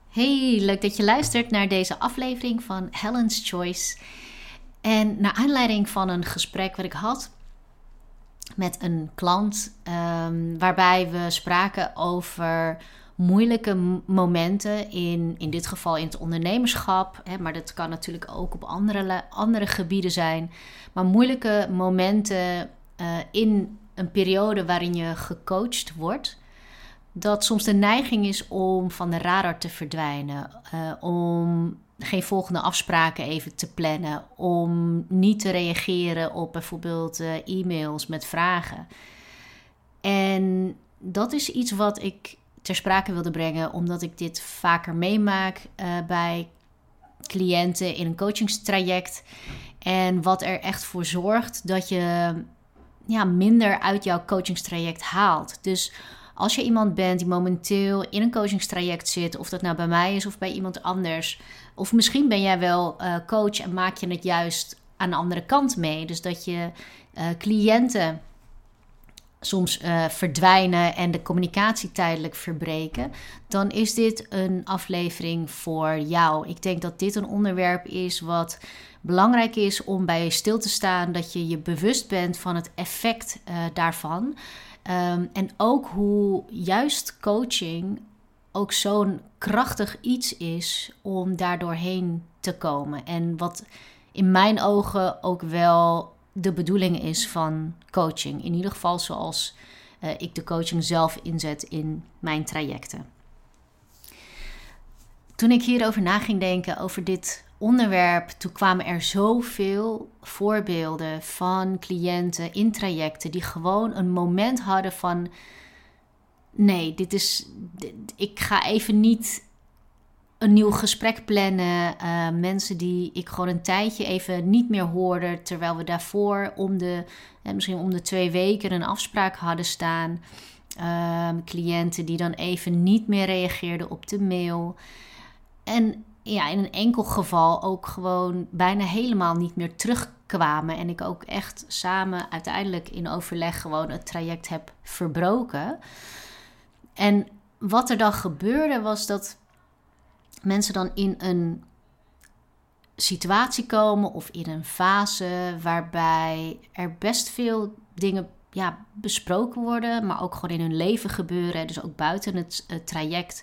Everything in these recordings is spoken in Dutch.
Hey, leuk dat je luistert naar deze aflevering van Helen's Choice. En naar aanleiding van een gesprek wat ik had met een klant, waarbij we spraken over moeilijke momenten in dit geval in het ondernemerschap. Maar dat kan natuurlijk ook op andere gebieden zijn. Maar moeilijke momenten in een periode waarin je gecoacht wordt. Dat soms de neiging is om van de radar te verdwijnen. Om geen volgende afspraken even te plannen. Om niet te reageren op bijvoorbeeld e-mails met vragen. En dat is iets wat ik ter sprake wilde brengen. Omdat ik dit vaker meemaak bij cliënten in een coachingstraject. En wat er echt voor zorgt dat je minder uit jouw coachingstraject haalt. Dus als je iemand bent die momenteel in een coachingstraject zit, of dat nou bij mij is of bij iemand anders, of misschien ben jij wel coach en maak je het juist aan de andere kant mee. Dus dat je cliënten soms verdwijnen en de communicatie tijdelijk verbreken, dan is dit een aflevering voor jou. Ik denk dat dit een onderwerp is wat belangrijk is om bij je stil te staan, dat je je bewust bent van het effect daarvan. En ook hoe juist coaching ook zo'n krachtig iets is om daar doorheen te komen. En wat in mijn ogen ook wel de bedoeling is van coaching. In ieder geval zoals ik de coaching zelf inzet in mijn trajecten. Toen ik hierover na ging denken, over dit onderwerp, toen kwamen er zoveel voorbeelden van cliënten in trajecten die gewoon een moment hadden van: nee, ik ga even niet een nieuw gesprek plannen. Mensen die ik gewoon een tijdje even niet meer hoorde, terwijl we daarvoor misschien om de 2 weken een afspraak hadden staan. Cliënten die dan even niet meer reageerden op de mail. En in een enkel geval ook gewoon bijna helemaal niet meer terugkwamen. En ik ook echt samen uiteindelijk in overleg gewoon het traject heb verbroken. En wat er dan gebeurde was dat mensen dan in een situatie komen of in een fase waarbij er best veel dingen besproken worden, maar ook gewoon in hun leven gebeuren. Dus ook buiten het traject.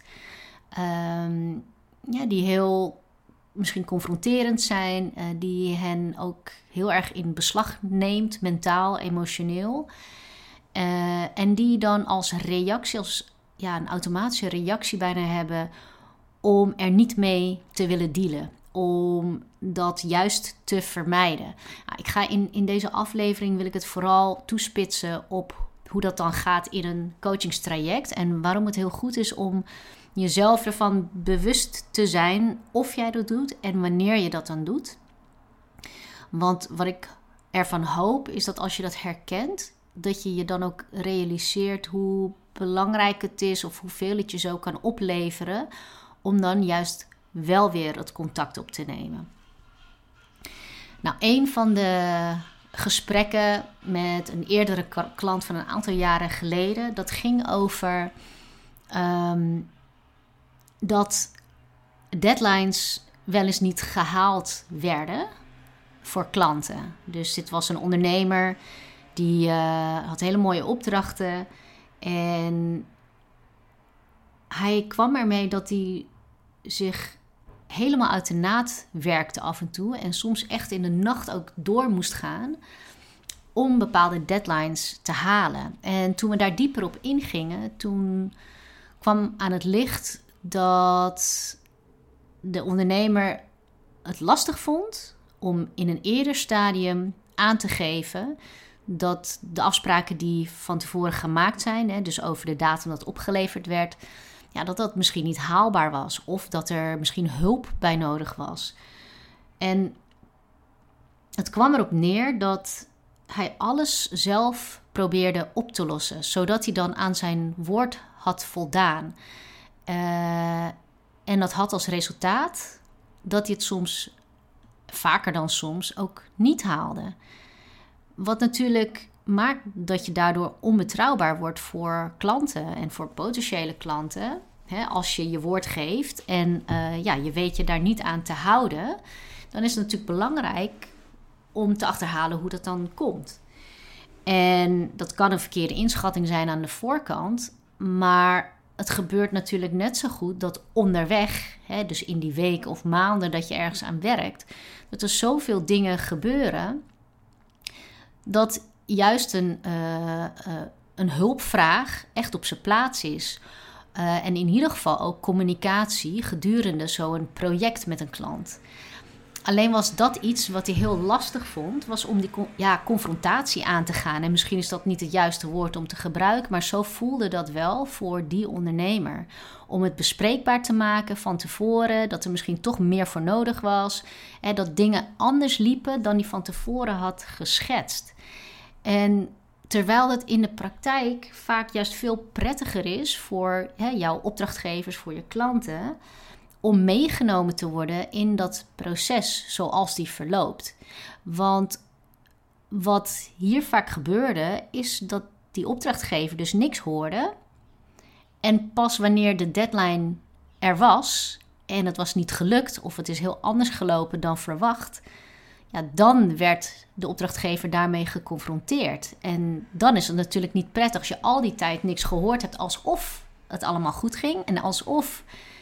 Die heel misschien confronterend zijn, die hen ook heel erg in beslag neemt, mentaal, emotioneel. En die dan als reactie, een automatische reactie bijna hebben om er niet mee te willen dealen. Om dat juist te vermijden. Ik ga in deze aflevering wil ik het vooral toespitsen op hoe dat dan gaat in een coachingstraject. En waarom het heel goed is om jezelf ervan bewust te zijn of jij dat doet en wanneer je dat dan doet. Want wat ik ervan hoop is dat als je dat herkent, dat je je dan ook realiseert hoe belangrijk het is of hoeveel het je zo kan opleveren om dan juist wel weer het contact op te nemen. Nou, een van de gesprekken met een eerdere klant van een aantal jaren geleden, dat ging over dat deadlines wel eens niet gehaald werden voor klanten. Dus dit was een ondernemer die had hele mooie opdrachten. En hij kwam ermee dat hij zich helemaal uit de naad werkte af en toe. En soms echt in de nacht ook door moest gaan om bepaalde deadlines te halen. En toen we daar dieper op ingingen, toen kwam aan het licht dat de ondernemer het lastig vond om in een eerder stadium aan te geven dat de afspraken die van tevoren gemaakt zijn, dus over de datum dat opgeleverd werd, dat misschien niet haalbaar was of dat er misschien hulp bij nodig was. En het kwam erop neer dat hij alles zelf probeerde op te lossen, zodat hij dan aan zijn woord had voldaan. En dat had als resultaat dat hij het soms, vaker dan soms, ook niet haalde. Wat natuurlijk maakt dat je daardoor onbetrouwbaar wordt voor klanten en voor potentiële klanten. Als je je woord geeft en je weet je daar niet aan te houden, dan is het natuurlijk belangrijk om te achterhalen hoe dat dan komt. En dat kan een verkeerde inschatting zijn aan de voorkant, maar het gebeurt natuurlijk net zo goed dat onderweg, dus in die week of maanden dat je ergens aan werkt, dat er zoveel dingen gebeuren dat juist een hulpvraag echt op zijn plaats is. En in ieder geval ook communicatie gedurende zo'n project met een klant. Alleen was dat iets wat hij heel lastig vond, was om die confrontatie aan te gaan. En misschien is dat niet het juiste woord om te gebruiken, maar zo voelde dat wel voor die ondernemer. Om het bespreekbaar te maken van tevoren, dat er misschien toch meer voor nodig was. Dat dingen anders liepen dan hij van tevoren had geschetst. En terwijl het in de praktijk vaak juist veel prettiger is voor jouw opdrachtgevers, voor je klanten, om meegenomen te worden in dat proces zoals die verloopt. Want wat hier vaak gebeurde, is dat die opdrachtgever dus niks hoorde. En pas wanneer de deadline er was en het was niet gelukt of het is heel anders gelopen dan verwacht, dan werd de opdrachtgever daarmee geconfronteerd. En dan is het natuurlijk niet prettig als je al die tijd niks gehoord hebt, alsof het allemaal goed ging en alsof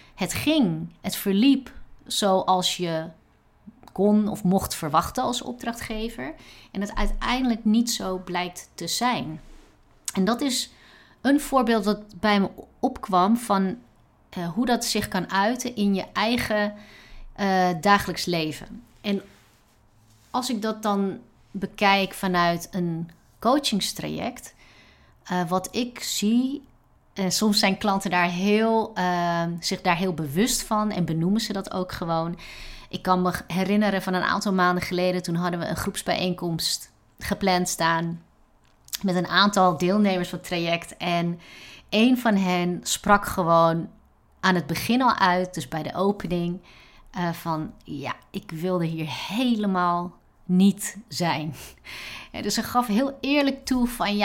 het verliep zoals je kon of mocht verwachten als opdrachtgever. En het uiteindelijk niet zo blijkt te zijn. En dat is een voorbeeld dat bij me opkwam van hoe dat zich kan uiten in je eigen dagelijks leven. En als ik dat dan bekijk vanuit een coachingstraject, wat ik zie, soms zijn klanten daar zich daar heel bewust van en benoemen ze dat ook gewoon. Ik kan me herinneren van een aantal maanden geleden, toen hadden we een groepsbijeenkomst gepland staan met een aantal deelnemers van het traject. En een van hen sprak gewoon aan het begin al uit, dus bij de opening, van ik wilde hier helemaal niet zijn. Dus ze gaf heel eerlijk toe van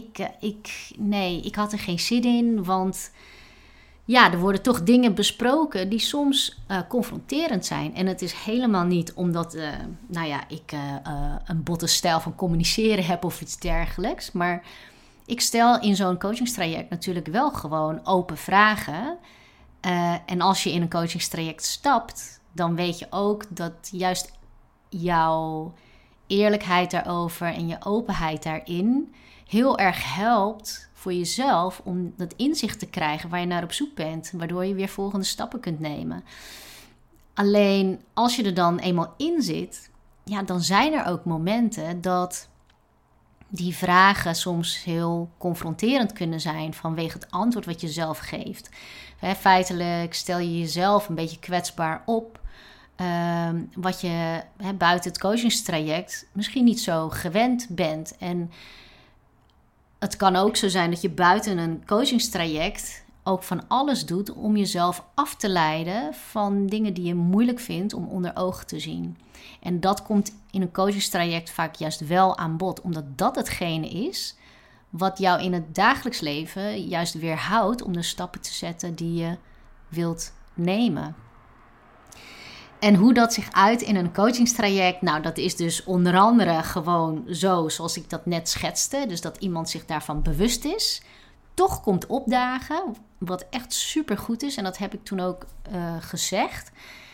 ik had er geen zin in, want er worden toch dingen besproken die soms confronterend zijn. En het is helemaal niet omdat ik een botte stijl van communiceren heb of iets dergelijks. Maar ik stel in zo'n coachingstraject natuurlijk wel gewoon open vragen. En als je in een coachingstraject stapt, dan weet je ook dat juist jouw eerlijkheid daarover en je openheid daarin heel erg helpt voor jezelf om dat inzicht te krijgen waar je naar op zoek bent, waardoor je weer volgende stappen kunt nemen. Alleen als je er dan eenmaal in zit, dan zijn er ook momenten dat die vragen soms heel confronterend kunnen zijn vanwege het antwoord wat je zelf geeft. Feitelijk stel je jezelf een beetje kwetsbaar op, wat je buiten het coachingstraject misschien niet zo gewend bent. En het kan ook zo zijn dat je buiten een coachingstraject ook van alles doet om jezelf af te leiden van dingen die je moeilijk vindt om onder ogen te zien. En dat komt in een coachingstraject vaak juist wel aan bod, omdat dat hetgene is wat jou in het dagelijks leven juist weerhoudt om de stappen te zetten die je wilt nemen. En hoe dat zich uit in een coachingstraject, dat is dus onder andere gewoon zo zoals ik dat net schetste. Dus dat iemand zich daarvan bewust is, toch komt opdagen, wat echt supergoed is. En dat heb ik toen ook gezegd.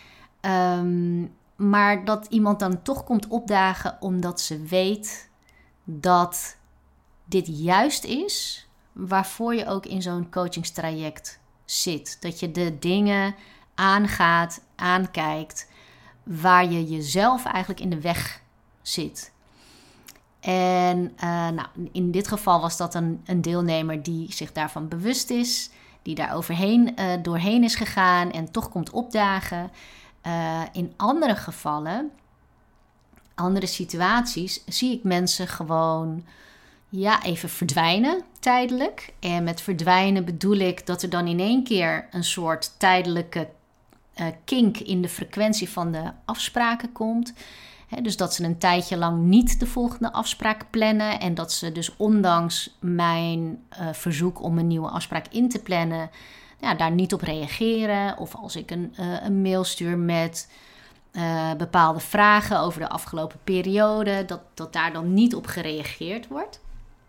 Maar dat iemand dan toch komt opdagen omdat ze weet dat dit juist is waarvoor je ook in zo'n coachingstraject zit. Dat je de dingen aangaat, aankijkt, waar je jezelf eigenlijk in de weg zit. En in dit geval was dat een deelnemer die zich daarvan bewust is, die daar doorheen is gegaan en toch komt opdagen. In andere gevallen, andere situaties, zie ik mensen gewoon even verdwijnen tijdelijk. En met verdwijnen bedoel ik dat er dan in één keer een soort tijdelijke kink in de frequentie van de afspraken komt. Dus dat ze een tijdje lang niet de volgende afspraak plannen. En dat ze dus ondanks mijn verzoek om een nieuwe afspraak in te plannen, daar niet op reageren. Of als ik een mail stuur met bepaalde vragen over de afgelopen periode, dat daar dan niet op gereageerd wordt.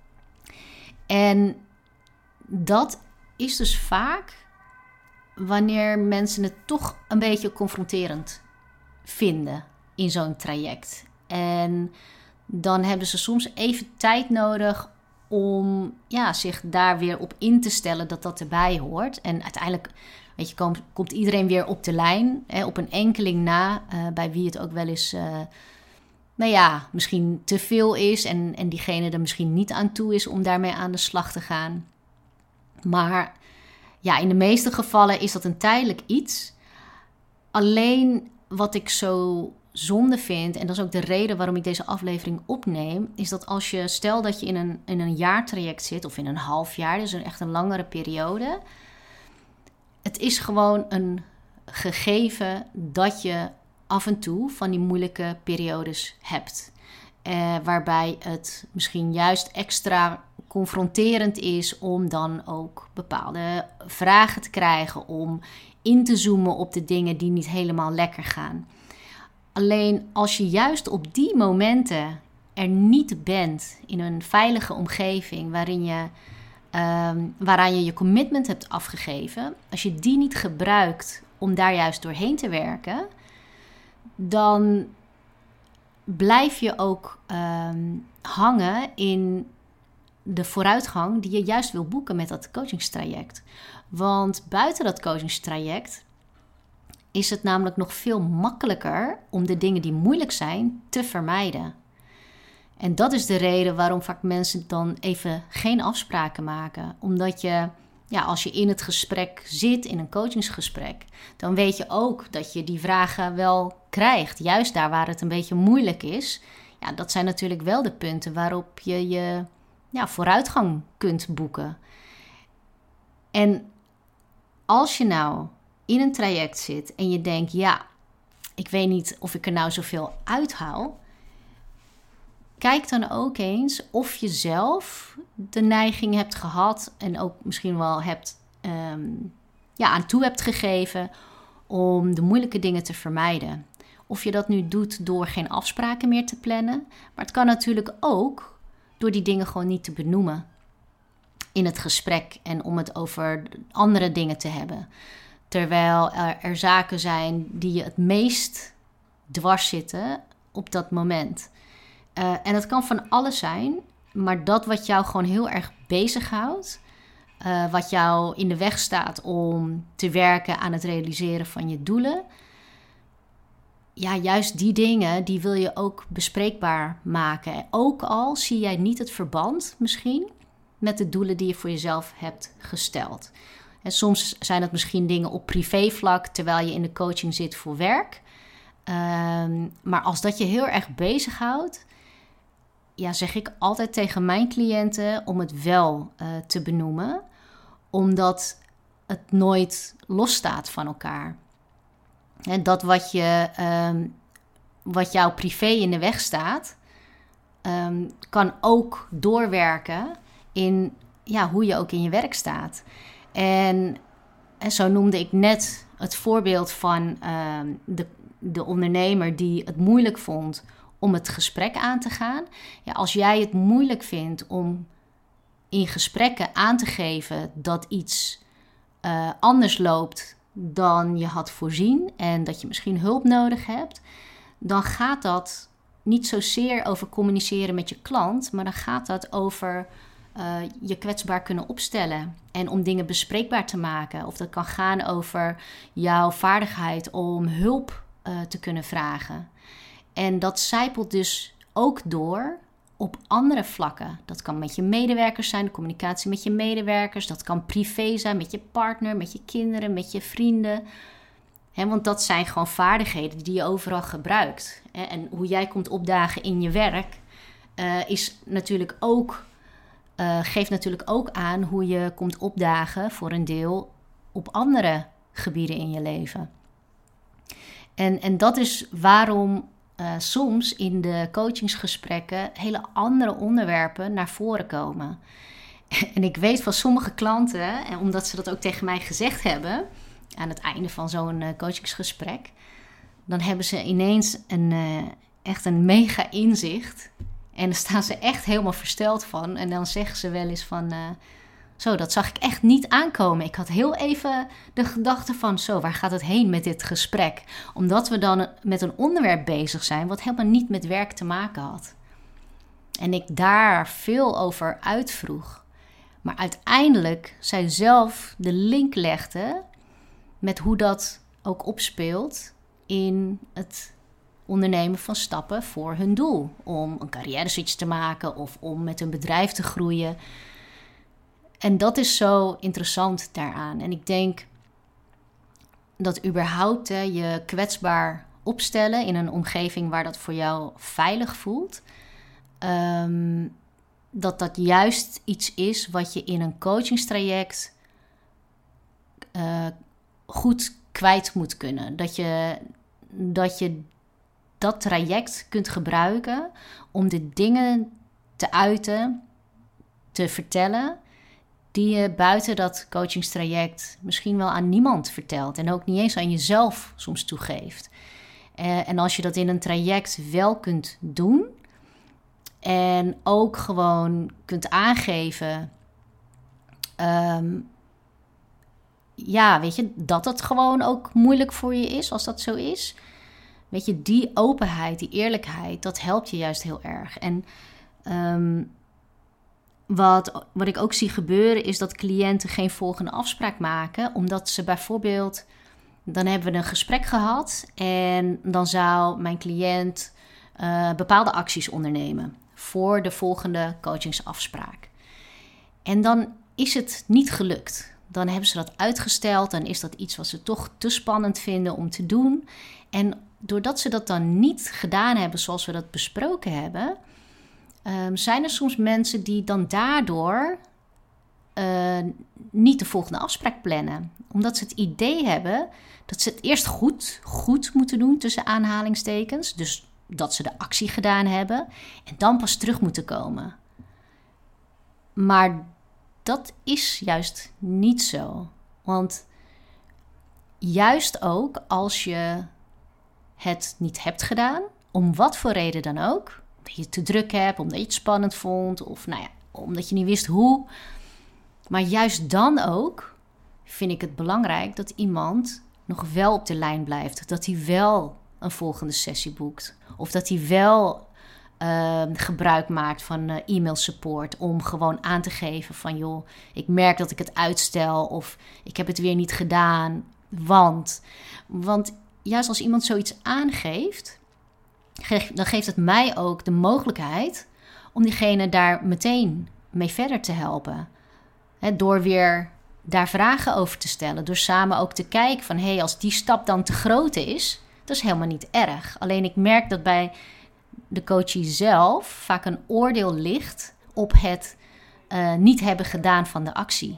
En dat is dus vaak wanneer mensen het toch een beetje confronterend vinden in zo'n traject. En dan hebben ze soms even tijd nodig om zich daar weer op in te stellen dat erbij hoort. En uiteindelijk, komt iedereen weer op de lijn, op een enkeling na, bij wie het ook wel eens misschien te veel is en diegene er misschien niet aan toe is om daarmee aan de slag te gaan. Maar in de meeste gevallen is dat een tijdelijk iets. Alleen wat ik zo zonde vind, en dat is ook de reden waarom ik deze aflevering opneem, is dat stel dat je in een jaartraject zit, of in een half jaar, dus echt een langere periode. Het is gewoon een gegeven dat je af en toe van die moeilijke periodes hebt. Waarbij het misschien juist extra confronterend is om dan ook bepaalde vragen te krijgen, om in te zoomen op de dingen die niet helemaal lekker gaan. Alleen als je juist op die momenten er niet bent in een veilige omgeving waaraan je je commitment hebt afgegeven, als je die niet gebruikt om daar juist doorheen te werken, dan blijf je ook hangen in de vooruitgang die je juist wil boeken met dat coachingstraject. Want buiten dat coachingstraject is het namelijk nog veel makkelijker om de dingen die moeilijk zijn te vermijden. En dat is de reden waarom vaak mensen dan even geen afspraken maken. Omdat je, als je in het gesprek zit, in een coachingsgesprek, dan weet je ook dat je die vragen wel krijgt. Juist daar waar het een beetje moeilijk is. Ja, dat zijn natuurlijk wel de punten waarop je vooruitgang kunt boeken. En als je nou in een traject zit en je denkt, ik weet niet of ik er nou zoveel uithaal, kijk dan ook eens of je zelf de neiging hebt gehad en ook misschien wel aan toe hebt gegeven om de moeilijke dingen te vermijden. Of je dat nu doet door geen afspraken meer te plannen, maar het kan natuurlijk ook door die dingen gewoon niet te benoemen in het gesprek en om het over andere dingen te hebben. Terwijl er zaken zijn die je het meest dwars zitten op dat moment. En dat kan van alles zijn, maar dat wat jou gewoon heel erg bezighoudt, wat jou in de weg staat om te werken aan het realiseren van je doelen, juist die dingen, die wil je ook bespreekbaar maken. Ook al zie jij niet het verband misschien met de doelen die je voor jezelf hebt gesteld. En soms zijn het misschien dingen op privévlak, terwijl je in de coaching zit voor werk. Maar als dat je heel erg bezighoudt, zeg ik altijd tegen mijn cliënten om het wel te benoemen. Omdat het nooit losstaat van elkaar. En dat wat jou privé in de weg staat, kan ook doorwerken in hoe je ook in je werk staat. En zo noemde ik net het voorbeeld van de ondernemer die het moeilijk vond om het gesprek aan te gaan. Als jij het moeilijk vindt om in gesprekken aan te geven dat iets anders loopt dan je had voorzien en dat je misschien hulp nodig hebt, dan gaat dat niet zozeer over communiceren met je klant, maar dan gaat dat over je kwetsbaar kunnen opstellen en om dingen bespreekbaar te maken. Of dat kan gaan over jouw vaardigheid om hulp te kunnen vragen. En dat zijpelt dus ook door op andere vlakken. Dat kan met je medewerkers zijn, de communicatie met je medewerkers. Dat kan privé zijn met je partner, met je kinderen, met je vrienden. Want dat zijn gewoon vaardigheden die je overal gebruikt. En hoe jij komt opdagen in je werk is natuurlijk ook, geeft natuurlijk ook aan hoe je komt opdagen voor een deel op andere gebieden in je leven. En dat is waarom soms in de coachingsgesprekken hele andere onderwerpen naar voren komen. En ik weet van sommige klanten, en omdat ze dat ook tegen mij gezegd hebben aan het einde van zo'n coachingsgesprek, dan hebben ze ineens echt een mega inzicht. En dan staan ze echt helemaal versteld van. En dan zeggen ze wel eens van, zo, dat zag ik echt niet aankomen. Ik had heel even de gedachte van, zo, waar gaat het heen met dit gesprek? Omdat we dan met een onderwerp bezig zijn wat helemaal niet met werk te maken had. En ik daar veel over uitvroeg. Maar uiteindelijk zij zelf de link legde met hoe dat ook opspeelt in het ondernemen van stappen voor hun doel. Om een carrière switch te maken of om met hun bedrijf te groeien. En dat is zo interessant daaraan. En ik denk dat überhaupt je kwetsbaar opstellen in een omgeving waar dat voor jou veilig voelt, dat juist iets is wat je in een coachingstraject goed kwijt moet kunnen. Dat je dat traject kunt gebruiken om de dingen te uiten, te vertellen, die je buiten dat coachingstraject misschien wel aan niemand vertelt. En ook niet eens aan jezelf soms toegeeft. En als je dat in een traject wel kunt doen en ook gewoon kunt aangeven, weet je, dat het gewoon ook moeilijk voor je is als dat zo is. Weet je, die openheid, die eerlijkheid, dat helpt je juist heel erg. En wat ik ook zie gebeuren is dat cliënten geen volgende afspraak maken, omdat ze bijvoorbeeld, dan hebben we een gesprek gehad en dan zou mijn cliënt bepaalde acties ondernemen voor de volgende coachingsafspraak. En dan is het niet gelukt. Dan hebben ze dat uitgesteld, dan is dat iets wat ze toch te spannend vinden om te doen. En doordat ze dat dan niet gedaan hebben zoals we dat besproken hebben, zijn er soms mensen die dan daardoor niet de volgende afspraak plannen. Omdat ze het idee hebben dat ze het eerst goed moeten doen tussen aanhalingstekens. Dus dat ze de actie gedaan hebben en dan pas terug moeten komen. Maar dat is juist niet zo. Want juist ook als je het niet hebt gedaan, om wat voor reden dan ook, omdat je het te druk hebt, omdat je het spannend vond, of omdat je niet wist hoe. Maar juist dan ook vind ik het belangrijk dat iemand nog wel op de lijn blijft. Dat hij wel een volgende sessie boekt. Of dat hij wel gebruik maakt van e-mail support om gewoon aan te geven van, joh, ik merk dat ik het uitstel of ik heb het weer niet gedaan, want juist als iemand zoiets aangeeft, dan geeft het mij ook de mogelijkheid om diegene daar meteen mee verder te helpen. Door weer daar vragen over te stellen. Door samen ook te kijken van, als die stap dan te groot is, dat is helemaal niet erg. Alleen ik merk dat bij de coachie zelf vaak een oordeel ligt op het niet hebben gedaan van de actie.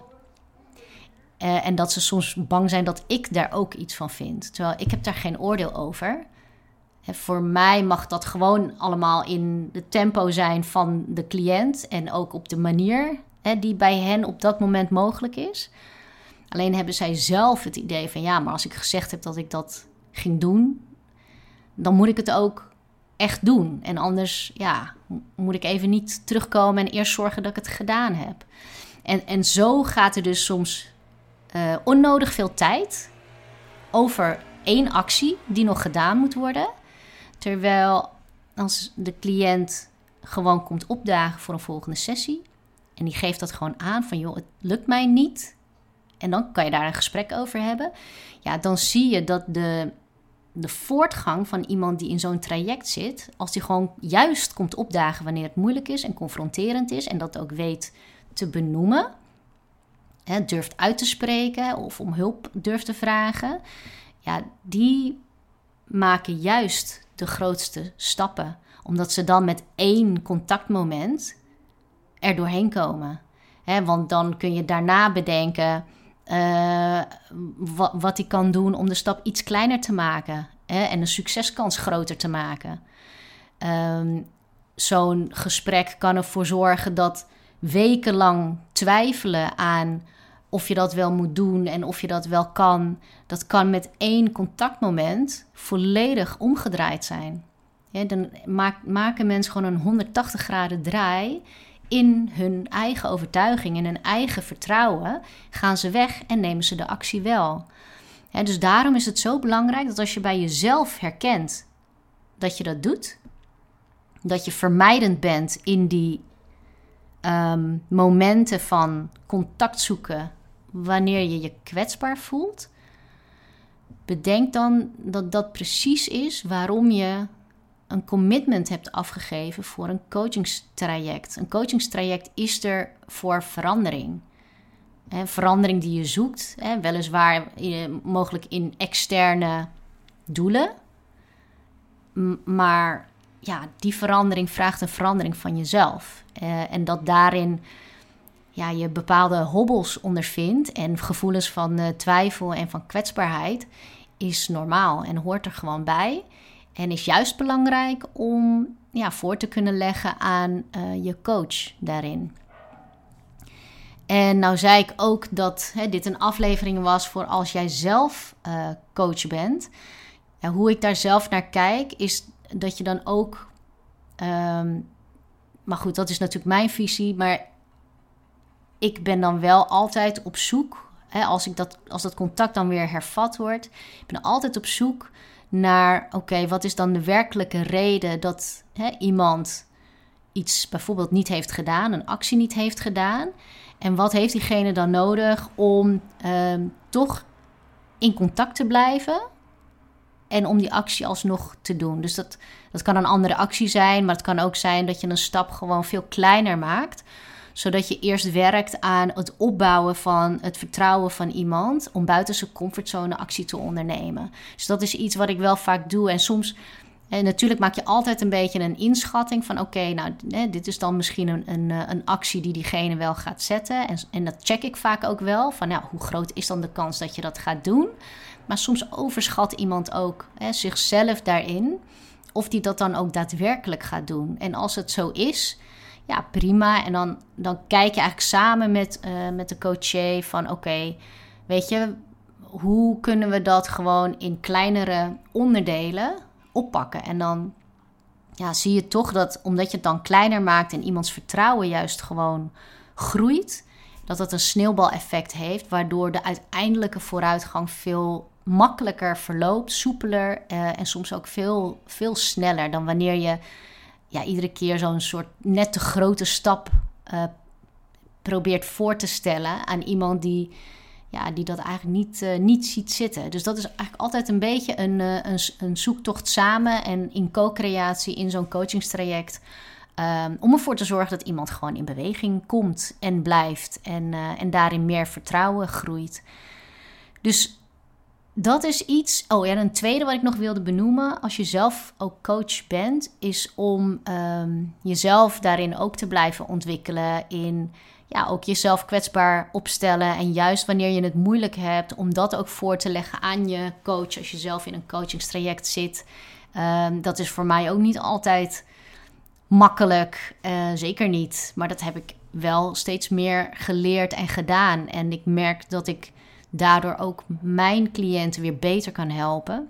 En dat ze soms bang zijn dat ik daar ook iets van vind. Terwijl ik heb daar geen oordeel over. Voor mij mag dat gewoon allemaal in het tempo zijn van de cliënt en ook op de manier die bij hen op dat moment mogelijk is. Alleen hebben zij zelf het idee van, maar als ik gezegd heb dat ik dat ging doen, dan moet ik het ook echt doen. En anders moet ik even niet terugkomen en eerst zorgen dat ik het gedaan heb. En zo gaat er dus soms onnodig veel tijd over één actie die nog gedaan moet worden. Terwijl als de cliënt gewoon komt opdagen voor een volgende sessie en die geeft dat gewoon aan van, joh, het lukt mij niet. En dan kan je daar een gesprek over hebben. Ja, dan zie je dat de voortgang van iemand die in zo'n traject zit, als die gewoon juist komt opdagen wanneer het moeilijk is en confronterend is en dat ook weet te benoemen, durft uit te spreken of om hulp durft te vragen, die maken juist de grootste stappen. Omdat ze dan met één contactmoment er doorheen komen. Want dan kun je daarna bedenken wat hij kan doen om de stap iets kleiner te maken. En de succeskans groter te maken. Zo'n gesprek kan ervoor zorgen dat wekenlang twijfelen aan of je dat wel moet doen en of je dat wel kan. Dat kan met 1 contactmoment volledig omgedraaid zijn. Ja, dan maken mensen gewoon een 180 graden draai in hun eigen overtuiging, in hun eigen vertrouwen. Gaan ze weg en nemen ze de actie wel. Ja, dus daarom is het zo belangrijk dat als je bij jezelf herkent dat je dat doet, dat je vermijdend bent in die momenten van contact zoeken wanneer je je kwetsbaar voelt, bedenk dan dat dat precies is waarom je een commitment hebt afgegeven voor een coachingstraject. Een coachingstraject is er voor verandering. Verandering die je zoekt, weliswaar mogelijk in externe doelen. Maar ja, die verandering vraagt een verandering van jezelf. En dat daarin je bepaalde hobbels ondervindt en gevoelens van twijfel en van kwetsbaarheid is normaal en hoort er gewoon bij. En is juist belangrijk om voor te kunnen leggen aan je coach daarin. En nou zei ik ook dat dit een aflevering was voor als jij zelf coach bent. Hoe ik daar zelf naar kijk is dat je dan ook... maar goed, dat is natuurlijk mijn visie. Maar ik ben dan wel altijd op zoek... als dat contact dan weer hervat wordt... ik ben altijd op zoek naar... oké, wat is dan de werkelijke reden dat iemand iets bijvoorbeeld niet heeft gedaan... een actie niet heeft gedaan... En wat heeft diegene dan nodig om toch in contact te blijven en om die actie alsnog te doen? Dus dat kan een andere actie zijn, maar het kan ook zijn dat je een stap gewoon veel kleiner maakt. Zodat je eerst werkt aan het opbouwen van het vertrouwen van iemand om buiten zijn comfortzone actie te ondernemen. Dus dat is iets wat ik wel vaak doe. En soms... En natuurlijk maak je altijd een beetje een inschatting van... dit is dan misschien een actie die diegene wel gaat zetten. En dat check ik vaak ook wel. Van hoe groot is dan de kans dat je dat gaat doen? Maar soms overschat iemand ook zichzelf daarin... of die dat dan ook daadwerkelijk gaat doen. En als het zo is, prima. En dan kijk je eigenlijk samen met de coachee van... weet je, hoe kunnen we dat gewoon in kleinere onderdelen... oppakken. En dan zie je toch dat, omdat je het dan kleiner maakt en iemands vertrouwen juist gewoon groeit, dat een sneeuwbaleffect heeft, waardoor de uiteindelijke vooruitgang veel makkelijker verloopt, soepeler en soms ook veel, veel sneller dan wanneer je iedere keer zo'n soort net te grote stap probeert voor te stellen aan iemand die dat eigenlijk niet ziet zitten. Dus dat is eigenlijk altijd een beetje een zoektocht samen en in co-creatie in zo'n coachingstraject. Om ervoor te zorgen dat iemand gewoon in beweging komt en blijft. En daarin meer vertrouwen groeit. Dus dat is iets... Oh ja, een tweede wat ik nog wilde benoemen. Als je zelf ook coach bent, is om jezelf daarin ook te blijven ontwikkelen in... ook jezelf kwetsbaar opstellen. En juist wanneer je het moeilijk hebt, om dat ook voor te leggen aan je coach. Als je zelf in een coachingstraject zit. Dat is voor mij ook niet altijd makkelijk. Zeker niet. Maar dat heb ik wel steeds meer geleerd en gedaan. En ik merk dat ik daardoor ook mijn cliënten weer beter kan helpen.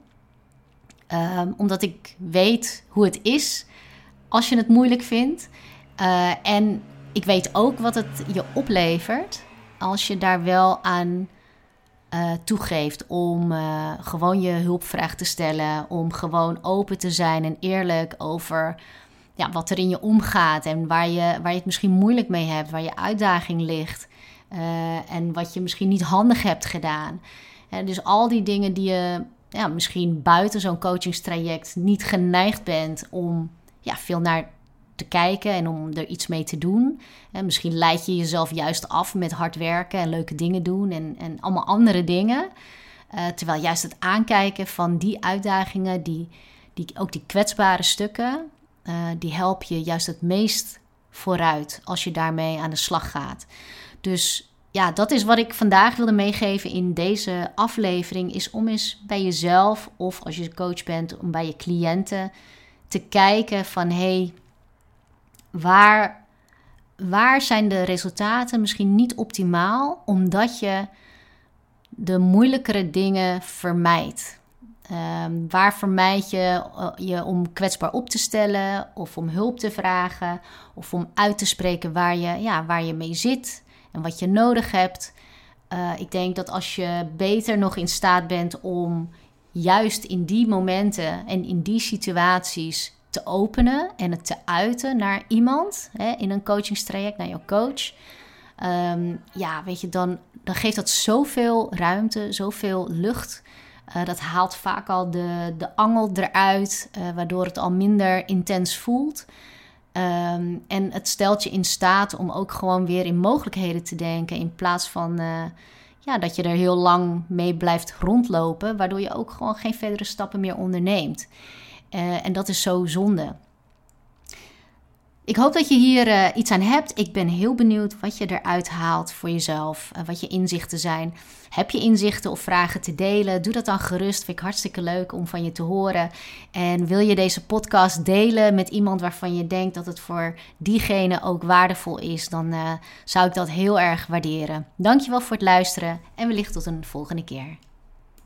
Omdat ik weet hoe het is als je het moeilijk vindt. En ik weet ook wat het je oplevert als je daar wel aan toegeeft om gewoon je hulpvraag te stellen. Om gewoon open te zijn en eerlijk over wat er in je omgaat. En waar je het misschien moeilijk mee hebt, waar je uitdaging ligt. En wat je misschien niet handig hebt gedaan. Dus al die dingen die je misschien buiten zo'n coachingstraject niet geneigd bent om veel naar te kijken en om er iets mee te doen. En misschien leid je jezelf juist af met hard werken en leuke dingen doen en allemaal andere dingen. Terwijl juist het aankijken van die uitdagingen, ook die kwetsbare stukken, die help je juist het meest vooruit als je daarmee aan de slag gaat. Dus dat is wat ik vandaag wilde meegeven in deze aflevering, is om eens bij jezelf of als je coach bent, om bij je cliënten te kijken van waar waar zijn de resultaten misschien niet optimaal, omdat je de moeilijkere dingen vermijdt. Waar vermijd je om kwetsbaar op te stellen of om hulp te vragen of om uit te spreken waar je mee zit en wat je nodig hebt. Ik denk dat als je beter nog in staat bent om juist in die momenten en in die situaties te openen en het te uiten naar iemand, in een coachingstraject, naar jouw coach. Dan geeft dat zoveel ruimte, zoveel lucht. Dat haalt vaak al de angel eruit, waardoor het al minder intens voelt. En het stelt je in staat om ook gewoon weer in mogelijkheden te denken, in plaats van dat je er heel lang mee blijft rondlopen, waardoor je ook gewoon geen verdere stappen meer onderneemt. En dat is zo zonde. Ik hoop dat je hier iets aan hebt. Ik ben heel benieuwd wat je eruit haalt voor jezelf. Wat je inzichten zijn. Heb je inzichten of vragen te delen? Doe dat dan gerust. Vind ik hartstikke leuk om van je te horen. En wil je deze podcast delen met iemand waarvan je denkt dat het voor diegene ook waardevol is, dan zou ik dat heel erg waarderen. Dankjewel voor het luisteren en wellicht tot een volgende keer.